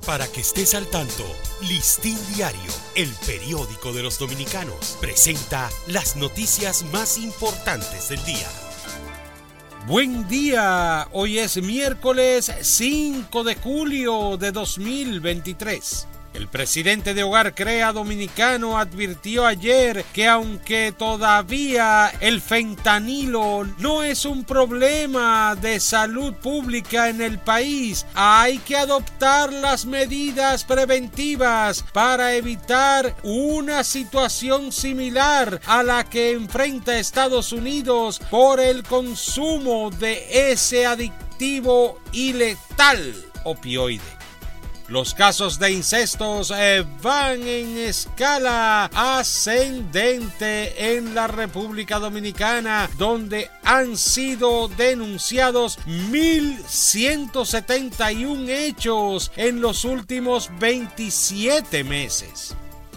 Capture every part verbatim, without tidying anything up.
Para que estés al tanto, Listín Diario, el periódico de los dominicanos, presenta las noticias más importantes del día. Buen día, hoy es miércoles cinco de julio de dos mil veintitrés. El presidente de Hogar Crea Dominicano advirtió ayer que aunque todavía el fentanilo no es un problema de salud pública en el país, hay que adoptar las medidas preventivas para evitar una situación similar a la que enfrenta Estados Unidos por el consumo de ese adictivo y letal opioide. Los casos de incestos eh, van en escala ascendente en la República Dominicana, donde han sido denunciados mil ciento setenta y uno hechos en los últimos veintisiete meses.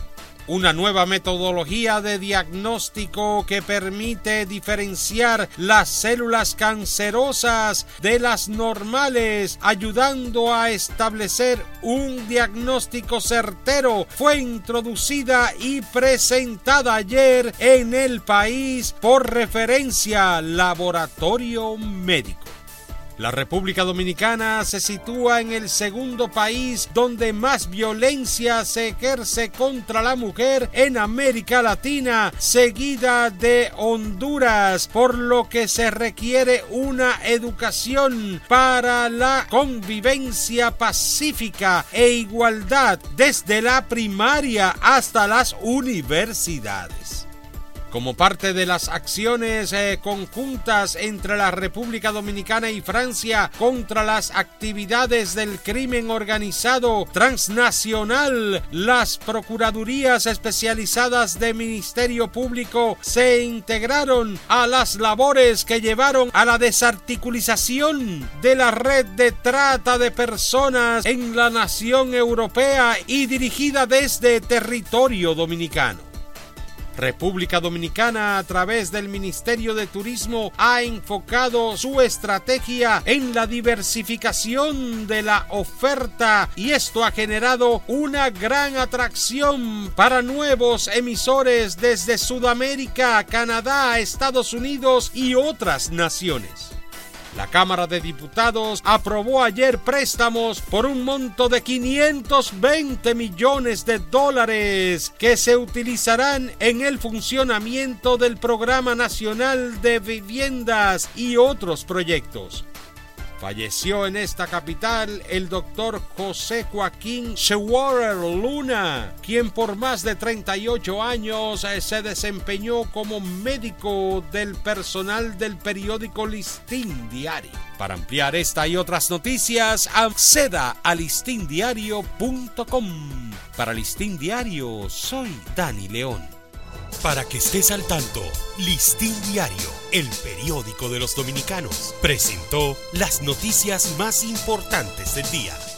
Una nueva metodología de diagnóstico que permite diferenciar las células cancerosas de las normales, ayudando a establecer un diagnóstico certero, fue introducida y presentada ayer en el país por Referencia Laboratorio Médico. La República Dominicana se sitúa en el segundo país donde más violencia se ejerce contra la mujer en América Latina, seguida de Honduras, por lo que se requiere una educación para la convivencia pacífica e igualdad desde la primaria hasta las universidades. Como parte de las acciones eh, conjuntas entre la República Dominicana y Francia contra las actividades del crimen organizado transnacional, las procuradurías especializadas de Ministerio Público se integraron a las labores que llevaron a la desarticulización de la red de trata de personas en la nación europea y dirigida desde territorio dominicano. República Dominicana, a través del Ministerio de Turismo, ha enfocado su estrategia en la diversificación de la oferta y esto ha generado una gran atracción para nuevos emisores desde Sudamérica, Canadá, Estados Unidos y otras naciones. La Cámara de Diputados aprobó ayer préstamos por un monto de quinientos veinte millones de dólares que se utilizarán en el funcionamiento del Programa Nacional de Viviendas y otros proyectos. Falleció en esta capital el doctor José Joaquín Schwerer Luna, quien por más de treinta y ocho años se desempeñó como médico del personal del periódico Listín Diario. Para ampliar esta y otras noticias, acceda a listín diario punto com. Para Listín Diario, soy Dani León. Para que estés al tanto, Listín Diario, el periódico de los dominicanos, presentó las noticias más importantes del día.